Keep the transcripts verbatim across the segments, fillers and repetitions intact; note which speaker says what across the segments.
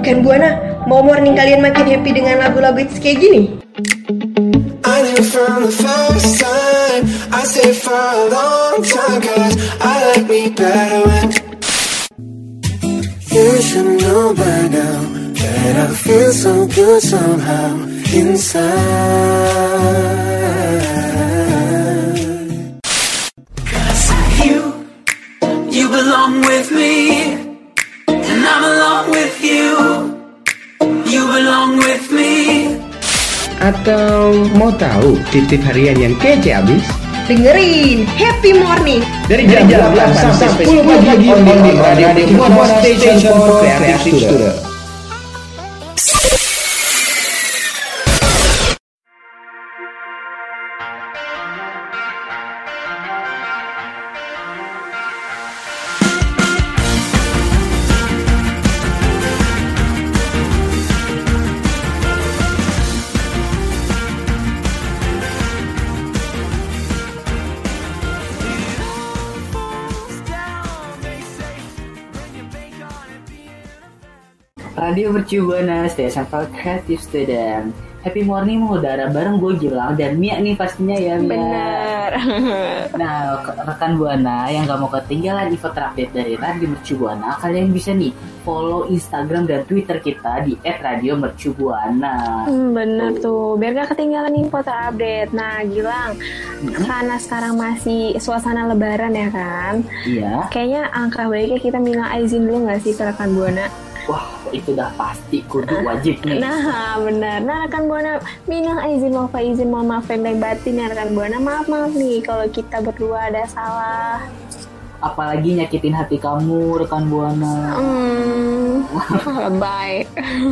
Speaker 1: Rekan Buana, mau morning kalian makin happy dengan lagu-lagu hits kayak gini?
Speaker 2: I knew from the first time, I stayed for a long time, cause I like me better when you should know by now that I feel so good somehow inside. Cause you, you belong with me, and I'm along with you, you belong with me.
Speaker 3: Atau mau tahu tip-tip harian yang kece abis?
Speaker 1: Dengerin Happy Morning
Speaker 3: Dari jam delapan sampai sepuluh pagi on the radio Buana Station for Creative Student.
Speaker 4: Radio Mercu Buana Station for Creative Student. Happy morning mengudara bareng gue Gilang dan Mia nih pastinya ya Mia.
Speaker 5: Bener.
Speaker 4: Nah rekan Buana yang gak mau ketinggalan info terupdate dari Radio Mercu Buana, kalian bisa nih follow Instagram dan Twitter kita di et radio mercu buana.
Speaker 5: Hmm, bener tuh, biar gak ketinggalan info terupdate. Nah Gilang, hmm? karena sekarang masih suasana lebaran ya kan?
Speaker 4: Iya.
Speaker 5: Kayaknya angka baiknya kita minta izin dulu gak sih ke rekan Buana?
Speaker 4: Wah, itu udah pasti kudu wajib nih.
Speaker 5: Nah, benar. Nah, rekan Buana, minal izin maaf izin mohon maaf lahir batin ya rekan Buana. Maaf maaf nih kalau kita berdua ada salah.
Speaker 4: Apalagi nyakitin hati kamu, rekan Buana.
Speaker 5: Hmm, lebay.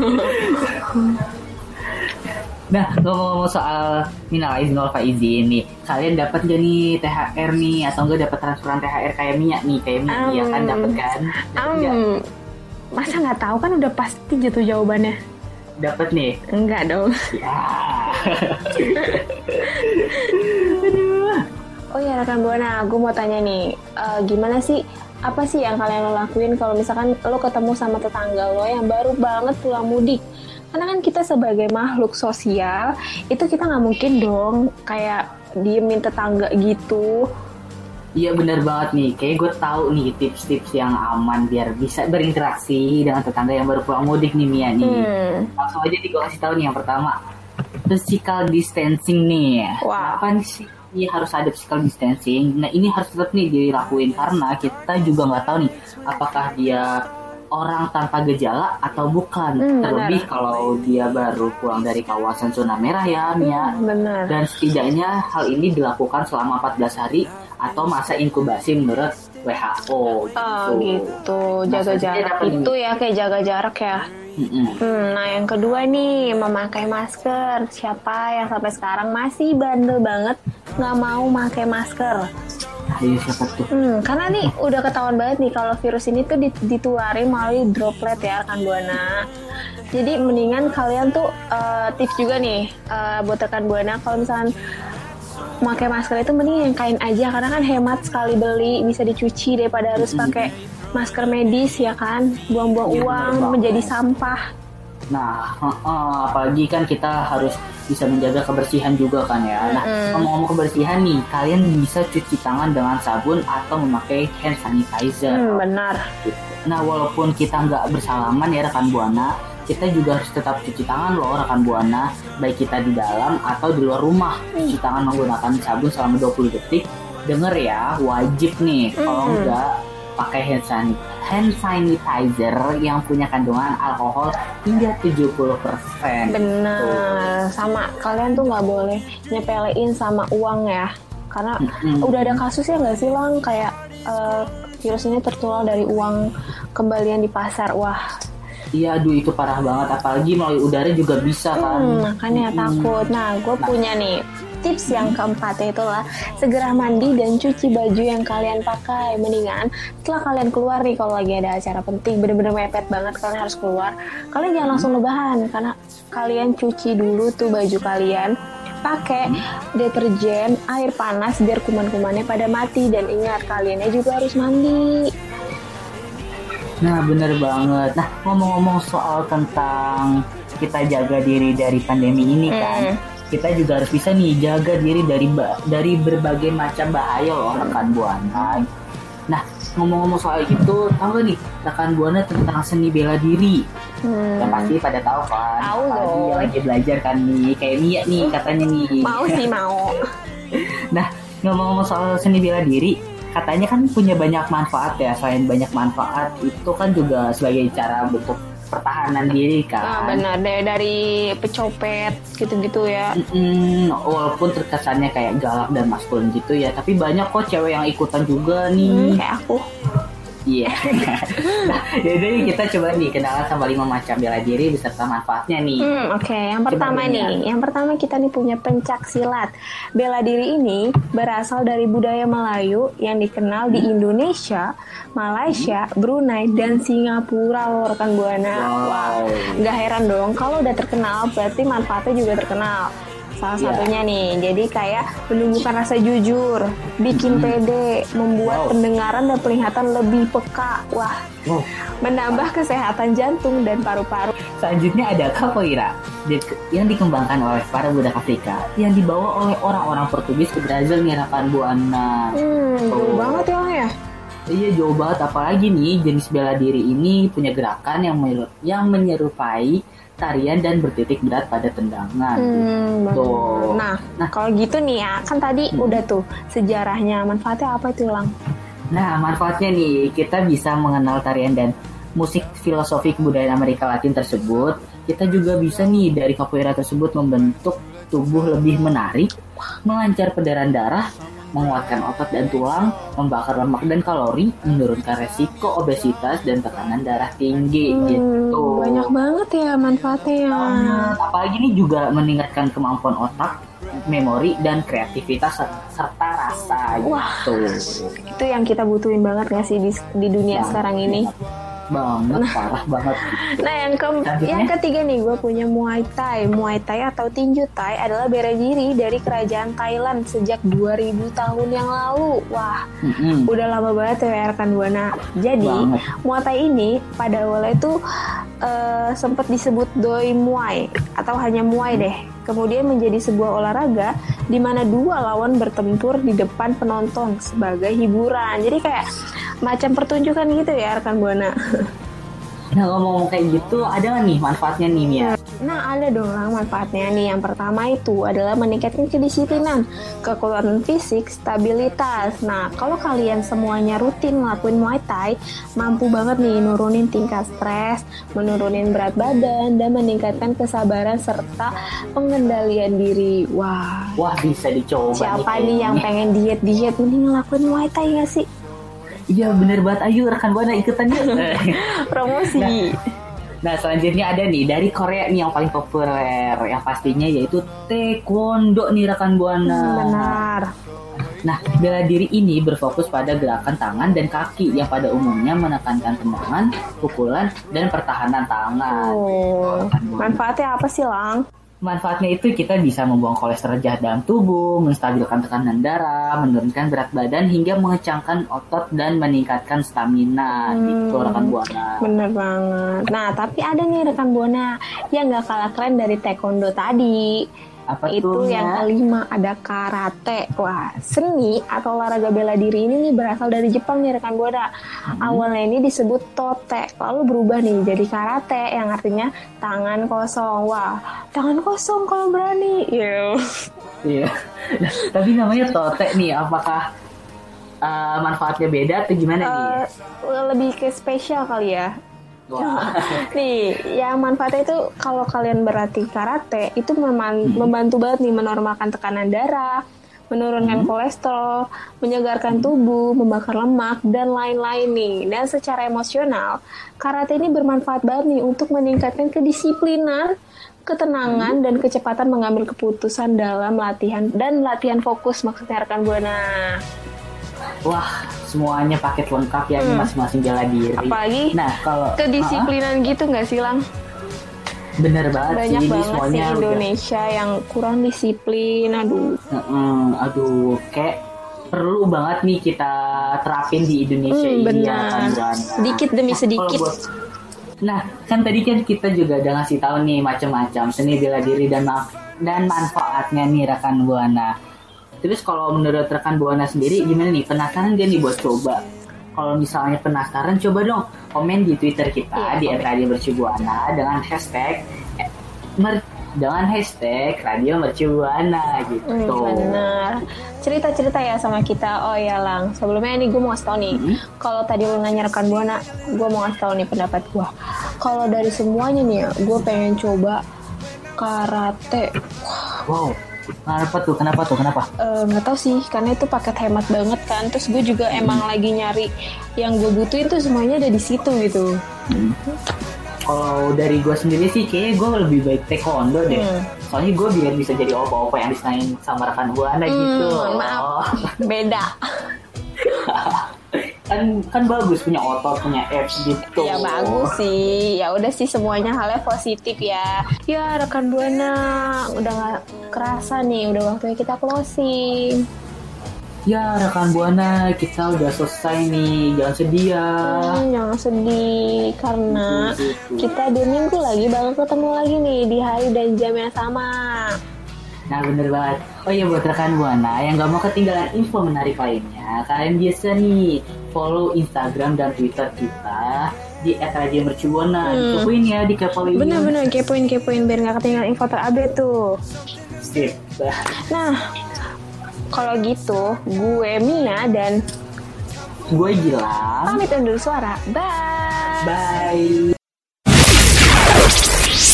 Speaker 4: Nah, ngomong-ngomong soal minal izin wal faizin nih, kalian dapat gak nih T H R nih atau enggak dapat transferan T H R kayak Mia nih, kayak Mia um, ya kan dapat kan?
Speaker 5: Um, masa nggak tahu kan udah pasti gitu jawabannya.
Speaker 4: Dapat nih?
Speaker 5: Enggak dong.
Speaker 4: Ya.
Speaker 5: Oh ya rekan Buana, gue mau tanya nih, uh, gimana sih? Apa sih yang kalian lo lakuin kalau misalkan lo ketemu sama tetangga lo yang baru banget pulang mudik? Karena kan kita sebagai makhluk sosial, itu kita nggak mungkin dong kayak diemin tetangga gitu.
Speaker 4: Iya benar banget nih, kayak gue tahu nih tips-tips yang aman biar bisa berinteraksi dengan tetangga yang baru pulang mudik nih Mia nih. Hmm. Langsung aja nih gue kasih tahu nih yang pertama, physical distancing nih.
Speaker 5: Wow.
Speaker 4: Kapan sih ini harus ada physical distancing? Nah ini harus tetap nih dilakuin karena kita juga nggak tahu nih apakah dia orang tanpa gejala atau bukan. Hmm, terlebih benar. Kalau dia baru pulang dari kawasan zona merah ya Mia.
Speaker 5: Hmm, benar.
Speaker 4: Dan setidaknya hal ini dilakukan selama empat belas hari atau masa inkubasi menurut W H O gitu.
Speaker 5: Oh gitu, jaga nah, jarak itu ini. Ya kayak jaga jarak ya. Hmm, nah yang kedua nih memakai masker. Siapa yang sampai sekarang masih bandel banget nggak mau pakai masker?
Speaker 4: Ayo siapa tuh?
Speaker 5: Hmm, karena nih udah ketahuan banget nih kalau virus ini tuh ditularin melalui droplet ya rekan Buana. Jadi mendingan kalian tuh uh, tips juga nih uh, buat rekan Buana kalau misalkan pakai masker itu mending yang kain aja karena kan hemat sekali beli, bisa dicuci daripada harus pakai masker medis ya kan, buang-buang ya, uang menjadi sampah.
Speaker 4: Nah, uh, uh, apalagi kan kita harus bisa menjaga kebersihan juga kan ya. Nah, mm-hmm. ngomong-ngomong kebersihan nih, kalian bisa cuci tangan dengan sabun atau memakai hand sanitizer.
Speaker 5: Hmm, benar.
Speaker 4: Nah, walaupun kita nggak bersalaman ya rekan Buana, kita juga harus tetap cuci tangan loh rekan Buana, baik kita di dalam atau di luar rumah. Cuci tangan menggunakan sabun selama dua puluh detik. Denger ya, wajib nih. Kalau mm-hmm. nggak pakai hand sanitizer. hand sanitizer yang punya kandungan alkohol hingga tujuh puluh persen.
Speaker 5: Benar. Tuh. Sama kalian tuh nggak boleh nyepelein sama uang ya. Karena mm-hmm. udah ada kasusnya nggak sih Lang kayak uh, virus ini tertular dari uang kembalian di pasar. Wah.
Speaker 4: Iya, aduh itu parah banget. Apalagi melalui udara juga bisa kan.
Speaker 5: Hmm, makanya hmm. takut. Nah, gue nah. punya nih tips yang keempat, itulah segera mandi dan cuci baju yang kalian pakai. Mendingan setelah kalian keluar nih, kalau lagi ada acara penting bener-bener mepet banget kalian harus keluar, kalian jangan langsung rebahan, karena kalian cuci dulu tuh baju kalian pakai deterjen air panas biar kuman-kumannya pada mati. Dan ingat, kaliannya juga harus mandi.
Speaker 4: Nah, bener banget. Nah, ngomong-ngomong soal tentang kita jaga diri dari pandemi ini kan,
Speaker 5: Hmm.
Speaker 4: kita juga harus bisa nih jaga diri dari ba- dari berbagai macam bahaya loh rekan Buana. Nah, ngomong-ngomong soal itu, tahu gak nih rekan Buana tentang seni bela diri?
Speaker 5: Hmm.
Speaker 4: Yang pasti pada tahu kan.
Speaker 5: Tahu
Speaker 4: Apalagi
Speaker 5: dong.
Speaker 4: yang lagi belajar kan nih, kayak Mia nih katanya nih.
Speaker 5: Mau sih mau.
Speaker 4: Nah, ngomong-ngomong soal seni bela diri, katanya kan punya banyak manfaat ya. Selain banyak manfaat, itu kan juga sebagai cara bentuk pertahanan diri
Speaker 5: Nah,
Speaker 4: kan.
Speaker 5: benar deh, dari pecopet gitu-gitu ya.
Speaker 4: Mm-mm, walaupun terkesannya kayak galak dan maskulin gitu ya, tapi banyak kok cewek yang ikutan juga nih.
Speaker 5: Hmm, kayak aku.
Speaker 4: Iya. Nah, jadi kita coba nih kenalan sama lima macam bela diri beserta manfaatnya nih.
Speaker 5: Hmm, oke. Yang pertama
Speaker 4: Coba
Speaker 5: nih,
Speaker 4: Dunia.
Speaker 5: yang pertama kita nih punya pencak silat. Bela diri ini berasal dari budaya Melayu yang dikenal di Indonesia, Malaysia, Brunei, dan Singapura loh rekan Buana.
Speaker 4: Wow.
Speaker 5: Wah, nggak heran dong kalau udah terkenal berarti manfaatnya juga terkenal. Salah
Speaker 4: Iya.
Speaker 5: satunya nih, jadi kayak menumbuhkan rasa jujur, bikin pede, membuat
Speaker 4: Wow.
Speaker 5: pendengaran dan penglihatan lebih peka. Wah,
Speaker 4: Wow.
Speaker 5: menambah kesehatan jantung dan paru-paru.
Speaker 4: Selanjutnya ada capoeira di- yang dikembangkan oleh para budak Afrika yang dibawa oleh orang-orang Portugis ke Brazil nih rekan Buana.
Speaker 5: Hmm, jauh
Speaker 4: Oh.
Speaker 5: banget ya, Lang, ya.
Speaker 4: Iya jauh banget, apalagi nih jenis bela diri ini punya gerakan yang menyeru- yang menyerupai tarian dan bertitik berat pada tendangan.
Speaker 5: Hmm,
Speaker 4: Gitu.
Speaker 5: bener. Nah,
Speaker 4: Nah.
Speaker 5: kalau gitu nih ya, kan tadi
Speaker 4: Hmm.
Speaker 5: udah tuh sejarahnya, manfaatnya apa itu, Lang?
Speaker 4: Nah, manfaatnya nih kita bisa mengenal tarian dan musik filosofi kebudayaan Amerika Latin tersebut. Kita juga bisa nih dari capoeira tersebut membentuk tubuh lebih menarik, melancar peredaran darah, menguatkan otot dan tulang, membakar lemak dan kalori, menurunkan resiko obesitas dan tekanan darah tinggi gitu.
Speaker 5: Hmm, banyak banget ya manfaatnya.
Speaker 4: Banget. Apalagi ini juga meningkatkan kemampuan otak, memori dan kreativitas ser- serta rasa
Speaker 5: Wah.
Speaker 4: gitu.
Speaker 5: Itu yang kita butuhin banget gak sih di, di dunia
Speaker 4: Banget,
Speaker 5: sekarang ini?
Speaker 4: Banget, parah banget.
Speaker 5: Nah, yang ke
Speaker 4: Selanjutnya?
Speaker 5: yang ketiga nih, gue punya Muay Thai. Muay Thai atau tinju Thai adalah bela diri dari kerajaan Thailand sejak dua ribu tahun yang lalu. Wah,
Speaker 4: Mm-mm.
Speaker 5: udah lama banget ya rekan Buana. Jadi,
Speaker 4: Banget.
Speaker 5: Muay Thai ini pada awalnya itu eh, sempat disebut Doi Muay atau hanya Muay deh. Kemudian menjadi sebuah olahraga di mana dua lawan bertempur di depan penonton sebagai hiburan. Jadi kayak macam pertunjukan gitu ya rekan Buana.
Speaker 4: Nah, ngomong-ngomong kayak gitu, ada nggak nih manfaatnya nih Mia?
Speaker 5: Nah, ada dong Lang, manfaatnya nih. Yang pertama itu adalah meningkatkan kedisiplinan, kekuatan fisik, stabilitas. Nah, kalau kalian semuanya rutin ngelakuin Muay Thai, mampu banget nih nurunin tingkat stres, menurunin berat badan, dan meningkatkan kesabaran serta pengendalian diri. Wah,
Speaker 4: Wah, bisa dicoba
Speaker 5: siapa
Speaker 4: nih
Speaker 5: nih yang
Speaker 4: kayaknya.
Speaker 5: pengen diet-diet mending ngelakuin Muay Thai gak sih?
Speaker 4: Iya bener banget, ayo rekan Buana ikutan yuk.
Speaker 5: Promosi.
Speaker 4: Nah, selanjutnya ada nih dari Korea nih yang paling populer, yang pastinya yaitu Taekwondo nih rekan Buana.
Speaker 5: Benar.
Speaker 4: Nah, bela diri ini berfokus pada gerakan tangan dan kaki yang pada umumnya menekankan tendangan, pukulan, dan pertahanan tangan.
Speaker 5: Oh, manfaatnya apa sih Lang?
Speaker 4: Manfaatnya itu kita bisa membuang kolesterol jahat dalam tubuh, menstabilkan tekanan darah, menurunkan berat badan, hingga mengecangkan otot dan meningkatkan stamina.
Speaker 5: Hmm.
Speaker 4: Gitu rekan Buana.
Speaker 5: Bener banget. Nah, tapi ada nih rekan Buana yang gak kalah keren dari taekwondo tadi.
Speaker 4: Apa
Speaker 5: Itu
Speaker 4: tuh,
Speaker 5: yang
Speaker 4: Mia?
Speaker 5: kelima ada karate. Wah, seni atau olahraga bela diri ini nih berasal dari Jepang nih rekan Buana. Awalnya ini disebut tote, lalu berubah nih jadi karate yang artinya tangan kosong. Wah, tangan kosong kalau berani. Yo.
Speaker 4: Iya. Nah, tapi namanya tote nih, apakah uh, manfaatnya beda atau gimana nih?
Speaker 5: Eh, lebih ke spesial kali ya.
Speaker 4: Wah.
Speaker 5: Nih, yang manfaatnya itu kalau kalian berlatih karate itu meman- membantu banget nih menormalkan tekanan darah, menurunkan kolesterol, menyegarkan tubuh, membakar lemak dan lain-lain nih. Dan secara emosional, karate ini bermanfaat banget nih untuk meningkatkan kedisiplinan, ketenangan dan kecepatan mengambil keputusan dalam latihan dan latihan fokus maksudnya rekan Buana.
Speaker 4: Wah, semuanya paket lengkap ya
Speaker 5: Hmm.
Speaker 4: masing-masing bela diri.
Speaker 5: Apalagi
Speaker 4: Nah, kalau
Speaker 5: kedisiplinan gitu nggak sih Lang?
Speaker 4: Ah, bener banget
Speaker 5: Banyak
Speaker 4: sih, ini
Speaker 5: banget sih
Speaker 4: semuanya udah-
Speaker 5: Indonesia yang kurang disiplin. Aduh.
Speaker 4: Heeh, aduh, kayak perlu banget nih kita terapin di Indonesia
Speaker 5: Hmm,
Speaker 4: ini ya
Speaker 5: benar.
Speaker 4: kan Buana.
Speaker 5: Sedikit demi
Speaker 4: Nah,
Speaker 5: sedikit.
Speaker 4: kalau buat- Nah, kan tadi kan kita juga udah ngasih tahu nih macam-macam seni bela diri dan ma- dan manfaatnya nih rekan Buana. Terus kalau menurut rekan Buana sendiri gimana nih? Penasaran gak nih buat coba? Kalau misalnya penasaran, coba dong komen di Twitter kita
Speaker 5: Iya,
Speaker 4: di
Speaker 5: komen.
Speaker 4: Radio Mercu Buana dengan hashtag eh, mer- dengan hashtag Radio Mercu Buana gitu.
Speaker 5: Hmm, benar. Cerita-cerita ya sama kita. Oh ya Lang, sebelumnya ini gue mau ngasih tau nih.
Speaker 4: Hmm.
Speaker 5: Kalau tadi lu nanya rekan Buana, gue mau ngasih tau nih pendapat gue. Kalau dari semuanya nih ya, gue pengen coba karate.
Speaker 4: Wow, kenapa tuh? Kenapa tuh? Kenapa?
Speaker 5: Eh, nggak tahu sih, karena itu paket hemat banget kan. Terus gue juga emang lagi nyari yang gue butuhin tuh semuanya ada di situ gitu.
Speaker 4: Kalau dari gue sendiri sih kayaknya gue lebih baik taekwondo deh.
Speaker 5: Hmm.
Speaker 4: Soalnya gue biar bisa jadi opa-opa yang disenangin sama rekan Buana gitu.
Speaker 5: Hmm, maaf.
Speaker 4: Oh.
Speaker 5: Beda.
Speaker 4: kan kan bagus punya otot, punya abs gitu.
Speaker 5: Ya bagus sih. Ya udah sih semuanya halnya positif ya. Ya rekan Buana, udah nggak kerasa nih, udah waktunya kita closing.
Speaker 4: Ya rekan Buana, kita udah selesai nih. Jangan sedih ya.
Speaker 5: Hmm, jangan sedih karena
Speaker 4: Gitu.
Speaker 5: kita dua minggu lagi bakal ketemu lagi nih di hari dan jam yang sama.
Speaker 4: Nah bener banget. Oh iya buat rekan Buana yang gak mau ketinggalan info menarik lainnya, kalian bisa nih follow Instagram dan Twitter kita di et radio mercu buana.
Speaker 5: Hmm.
Speaker 4: Dikepoin ya, dikepoin.
Speaker 5: Bener-bener kepoin-kepoin biar nggak ketinggalan info terupdate tuh.
Speaker 4: Sip.
Speaker 5: Nah, kalau gitu gue Mia dan
Speaker 4: Gue Gilang.
Speaker 5: pamit undur suara. Bye.
Speaker 4: Bye.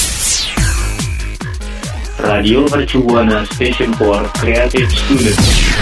Speaker 6: Radio Mercu Buana Station for Creative Students.